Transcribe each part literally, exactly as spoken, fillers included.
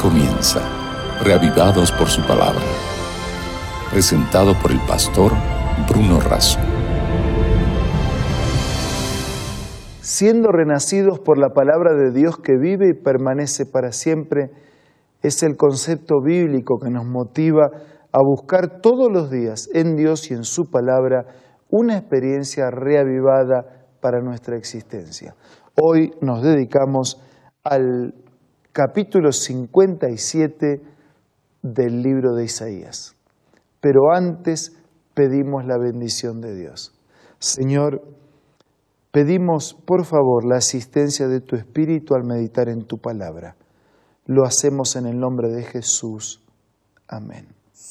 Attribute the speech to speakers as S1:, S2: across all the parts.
S1: comienza, reavivados por su palabra. Presentado por el pastor Bruno Razo.
S2: Siendo renacidos por la palabra de Dios que vive y permanece para siempre, es el concepto bíblico que nos motiva a buscar todos los días en Dios y en su palabra una experiencia reavivada para nuestra existencia. Hoy nos dedicamos al capítulo cincuenta y siete del libro de Isaías. Pero antes pedimos la bendición de Dios. Señor, pedimos por favor la asistencia de tu Espíritu al meditar en tu palabra. Lo hacemos en el nombre de Jesús. Amén.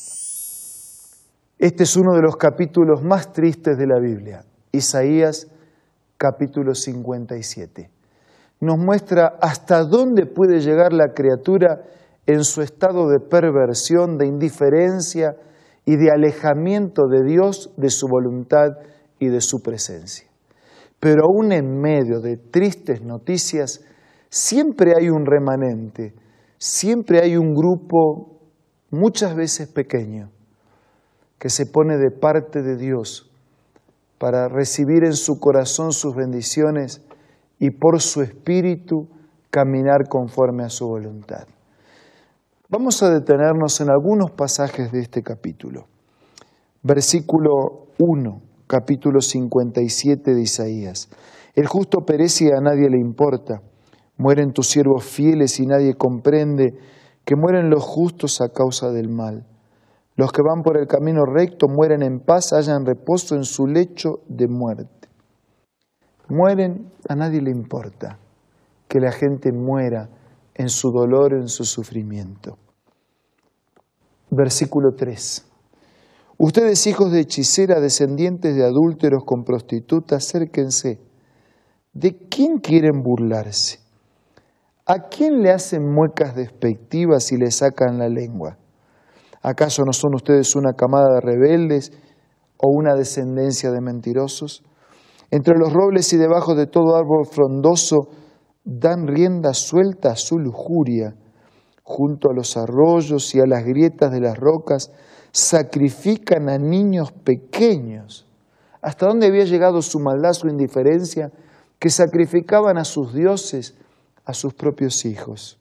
S2: Este es uno de los capítulos más tristes de la Biblia. Isaías, capítulo cincuenta y siete. Nos muestra hasta dónde puede llegar la criatura en su estado de perversión, de indiferencia y de alejamiento de Dios, de su voluntad y de su presencia. Pero aún en medio de tristes noticias, siempre hay un remanente, siempre hay un grupo, muchas veces pequeño, que se pone de parte de Dios para recibir en su corazón sus bendiciones y por su espíritu caminar conforme a su voluntad. Vamos a detenernos en algunos pasajes de este capítulo. Versículo uno, capítulo cincuenta y siete de Isaías. El justo perece y a nadie le importa. Mueren tus siervos fieles y nadie comprende que mueren los justos a causa del mal. Los que van por el camino recto mueren en paz, hallan reposo en su lecho de muerte. Mueren, a nadie le importa que la gente muera en su dolor, en su sufrimiento. Versículo tres. Ustedes, hijos de hechicera, descendientes de adúlteros con prostitutas, acérquense. ¿De quién quieren burlarse? ¿A quién le hacen muecas despectivas y le sacan la lengua? ¿Acaso no son ustedes una camada de rebeldes o una descendencia de mentirosos? Entre los robles y debajo de todo árbol frondoso dan rienda suelta a su lujuria. Junto a los arroyos y a las grietas de las rocas sacrifican a niños pequeños. ¿Hasta dónde había llegado su maldad, su indiferencia? Que sacrificaban a sus dioses, a sus propios hijos.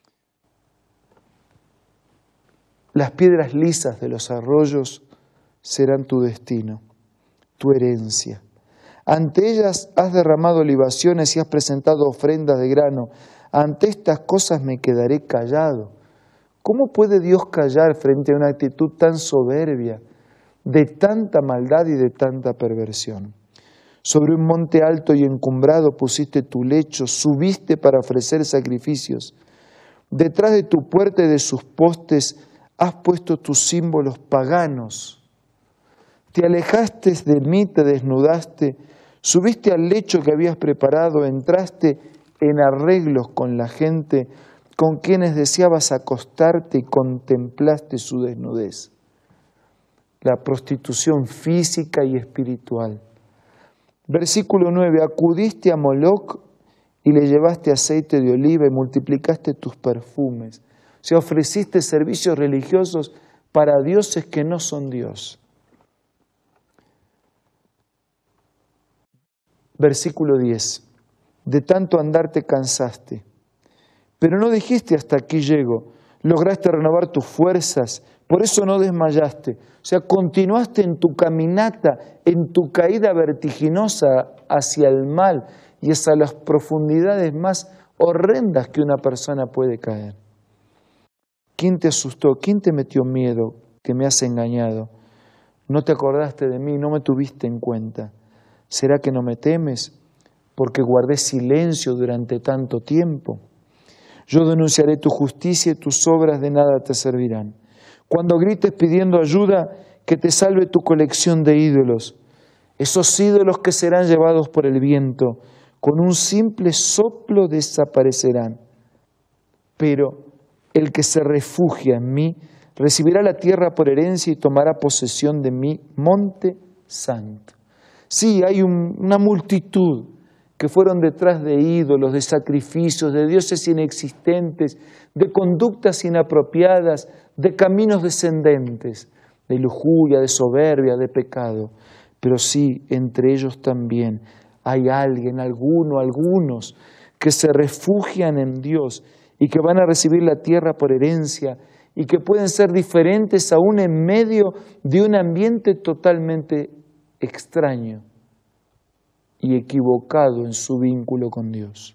S2: Las piedras lisas de los arroyos serán tu destino, tu herencia. Ante ellas has derramado libaciones y has presentado ofrendas de grano. Ante estas cosas me quedaré callado. ¿Cómo puede Dios callar frente a una actitud tan soberbia, de tanta maldad y de tanta perversión? Sobre un monte alto y encumbrado pusiste tu lecho, subiste para ofrecer sacrificios. Detrás de tu puerta y de sus postes has puesto tus símbolos paganos. Te alejaste de mí, te desnudaste, subiste al lecho que habías preparado, entraste en arreglos con la gente con quienes deseabas acostarte y contemplaste su desnudez. La prostitución física y espiritual. Versículo nueve, acudiste a Moloc y le llevaste aceite de oliva y multiplicaste tus perfumes. O sea, ofreciste servicios religiosos para dioses que no son Dios. Versículo diez. De tanto andar te cansaste, pero no dijiste hasta aquí llego. Lograste renovar tus fuerzas, por eso no desmayaste. O sea, continuaste en tu caminata, en tu caída vertiginosa hacia el mal y hacia las profundidades más horrendas que una persona puede caer. ¿Quién te asustó? ¿Quién te metió miedo que me has engañado? No te acordaste de mí, no me tuviste en cuenta. ¿Será que no me temes porque guardé silencio durante tanto tiempo? Yo denunciaré tu justicia y tus obras de nada te servirán. Cuando grites pidiendo ayuda, que te salve tu colección de ídolos. Esos ídolos que serán llevados por el viento, con un simple soplo desaparecerán. Pero el que se refugia en mí, recibirá la tierra por herencia y tomará posesión de mi monte santo. Sí, hay un, una multitud que fueron detrás de ídolos, de sacrificios, de dioses inexistentes, de conductas inapropiadas, de caminos descendentes, de lujuria, de soberbia, de pecado. Pero sí, entre ellos también hay alguien, alguno, algunos que se refugian en Dios y que van a recibir la tierra por herencia y que pueden ser diferentes aún en medio de un ambiente totalmente extraño y equivocado en su vínculo con Dios.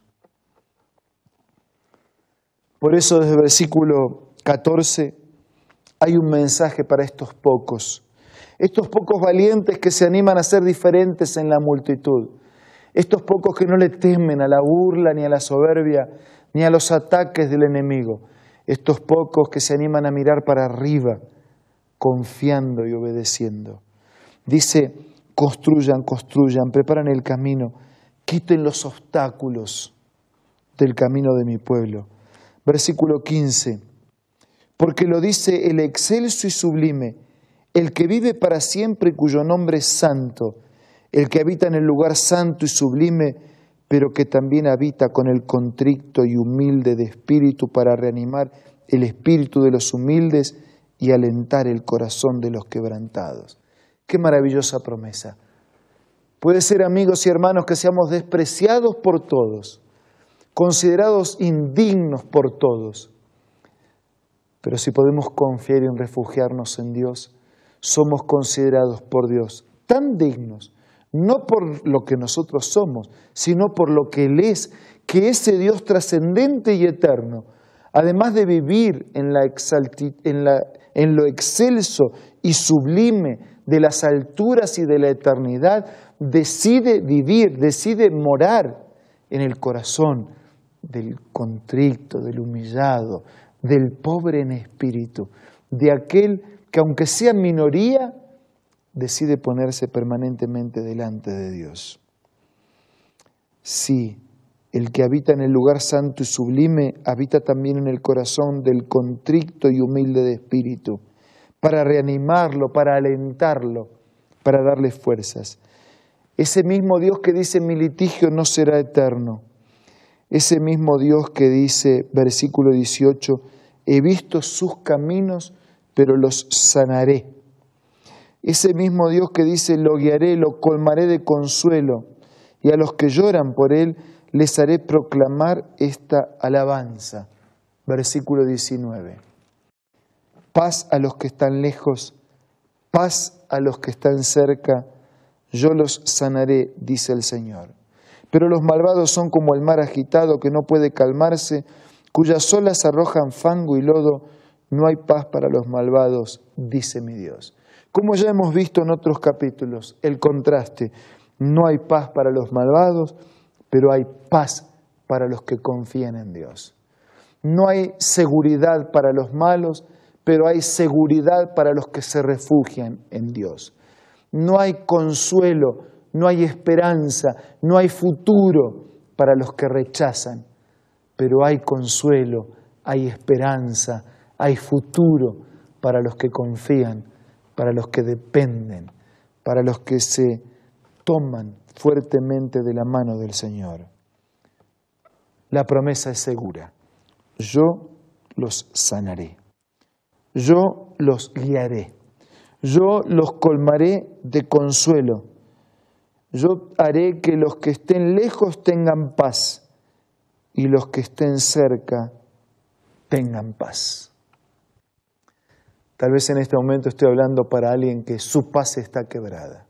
S2: Por eso desde el versículo catorce hay un mensaje para estos pocos, estos pocos valientes que se animan a ser diferentes en la multitud, estos pocos que no le temen a la burla ni a la soberbia ni a los ataques del enemigo, estos pocos que se animan a mirar para arriba, confiando y obedeciendo. Dice, construyan, construyan, preparan el camino, quiten los obstáculos del camino de mi pueblo. Versículo quince, porque lo dice el excelso y sublime, el que vive para siempre y cuyo nombre es santo, el que habita en el lugar santo y sublime, pero que también habita con el contrito y humilde de espíritu para reanimar el espíritu de los humildes y alentar el corazón de los quebrantados. ¡Qué maravillosa promesa! Puede ser, amigos y hermanos, que seamos despreciados por todos, considerados indignos por todos, pero si podemos confiar y refugiarnos en Dios, somos considerados por Dios tan dignos, no por lo que nosotros somos, sino por lo que Él es, que ese Dios trascendente y eterno, además de vivir en, la exalti- en, la, en lo excelso y sublime de las alturas y de la eternidad, decide vivir, decide morar en el corazón del contrito, del humillado, del pobre en espíritu, de aquel que aunque sea minoría, decide ponerse permanentemente delante de Dios. Sí, el que habita en el lugar santo y sublime, habita también en el corazón del contrito y humilde de espíritu, para reanimarlo, para alentarlo, para darle fuerzas. Ese mismo Dios que dice, mi litigio no será eterno. Ese mismo Dios que dice, versículo dieciocho, he visto sus caminos, pero los sanaré. Ese mismo Dios que dice, lo guiaré, lo colmaré de consuelo, y a los que lloran por Él les haré proclamar esta alabanza. Versículo diecinueve. Paz a los que están lejos, paz a los que están cerca, yo los sanaré, dice el Señor. Pero los malvados son como el mar agitado que no puede calmarse, cuyas olas arrojan fango y lodo, no hay paz para los malvados, dice mi Dios. Como ya hemos visto en otros capítulos, el contraste, no hay paz para los malvados, pero hay paz para los que confían en Dios. No hay seguridad para los malos, pero hay seguridad para los que se refugian en Dios. No hay consuelo, no hay esperanza, no hay futuro para los que rechazan, pero hay consuelo, hay esperanza, hay futuro para los que confían, para los que dependen, para los que se toman fuertemente de la mano del Señor. La promesa es segura. Yo los sanaré. Yo los guiaré. Yo los colmaré de consuelo. Yo haré que los que estén lejos tengan paz y los que estén cerca tengan paz. Tal vez en este momento estoy hablando para alguien que su paz está quebrada.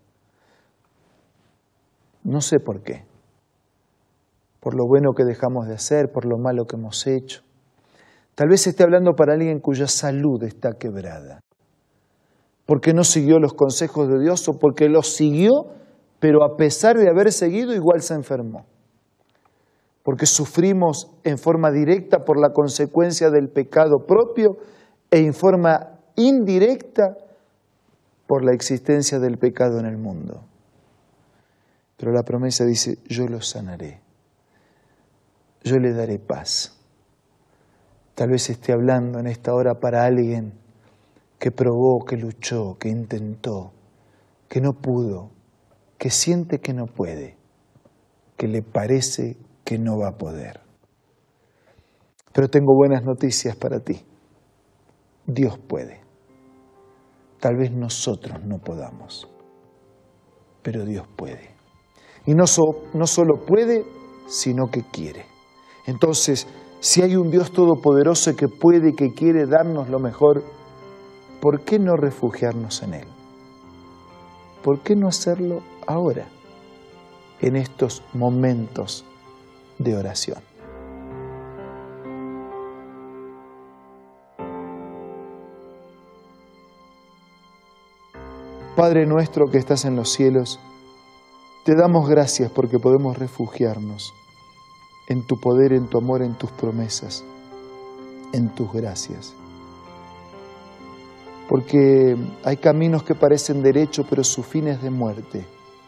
S2: No sé por qué. Por lo bueno que dejamos de hacer, por lo malo que hemos hecho. Tal vez esté hablando para alguien cuya salud está quebrada. Porque no siguió los consejos de Dios o porque los siguió, pero a pesar de haber seguido, igual se enfermó. Porque sufrimos en forma directa por la consecuencia del pecado propio e en forma indirecta por la existencia del pecado en el mundo. Pero la promesa dice, yo los sanaré, yo le daré paz. Tal vez esté hablando en esta hora para alguien que probó, que luchó, que intentó, que no pudo, que siente que no puede. que le parece que no va a poder. Pero tengo buenas noticias para ti. Dios puede. Tal vez nosotros no podamos, pero Dios puede. Y no, so, no solo puede, sino que quiere. Entonces, si hay un Dios todopoderoso que puede y que quiere darnos lo mejor, ¿por qué no refugiarnos en Él? ¿Por qué no hacerlo ahora, en estos momentos de oración? Padre nuestro que estás en los cielos, te damos gracias porque podemos refugiarnos en tu poder, en tu amor, en tus promesas, en tus gracias. Porque hay caminos que parecen derechos, pero su fin es de muerte.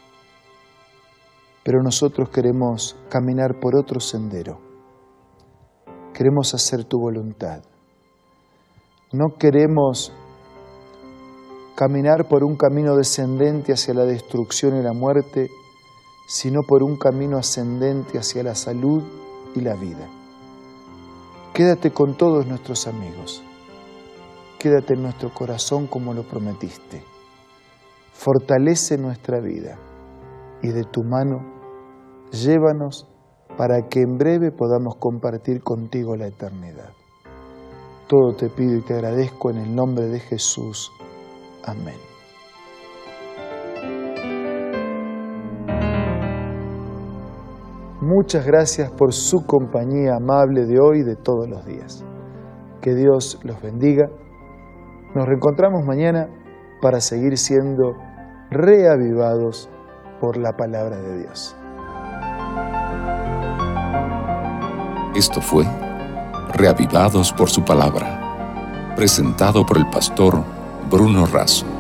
S2: Pero nosotros queremos caminar por otro sendero. Queremos hacer tu voluntad. No queremos caminar por un camino descendente hacia la destrucción y la muerte, sino por un camino ascendente hacia la salud y la vida. Quédate con todos nuestros amigos. Quédate en nuestro corazón como lo prometiste. Fortalece nuestra vida y de tu mano llévanos para que en breve podamos compartir contigo la eternidad. Todo te pido y te agradezco en el nombre de Jesús. Amén. Muchas gracias por su compañía amable de hoy y de todos los días. Que Dios los bendiga. Nos reencontramos mañana para seguir siendo reavivados por la palabra de Dios.
S1: Esto fue Reavivados por su palabra, presentado por el pastor Bruno Razo.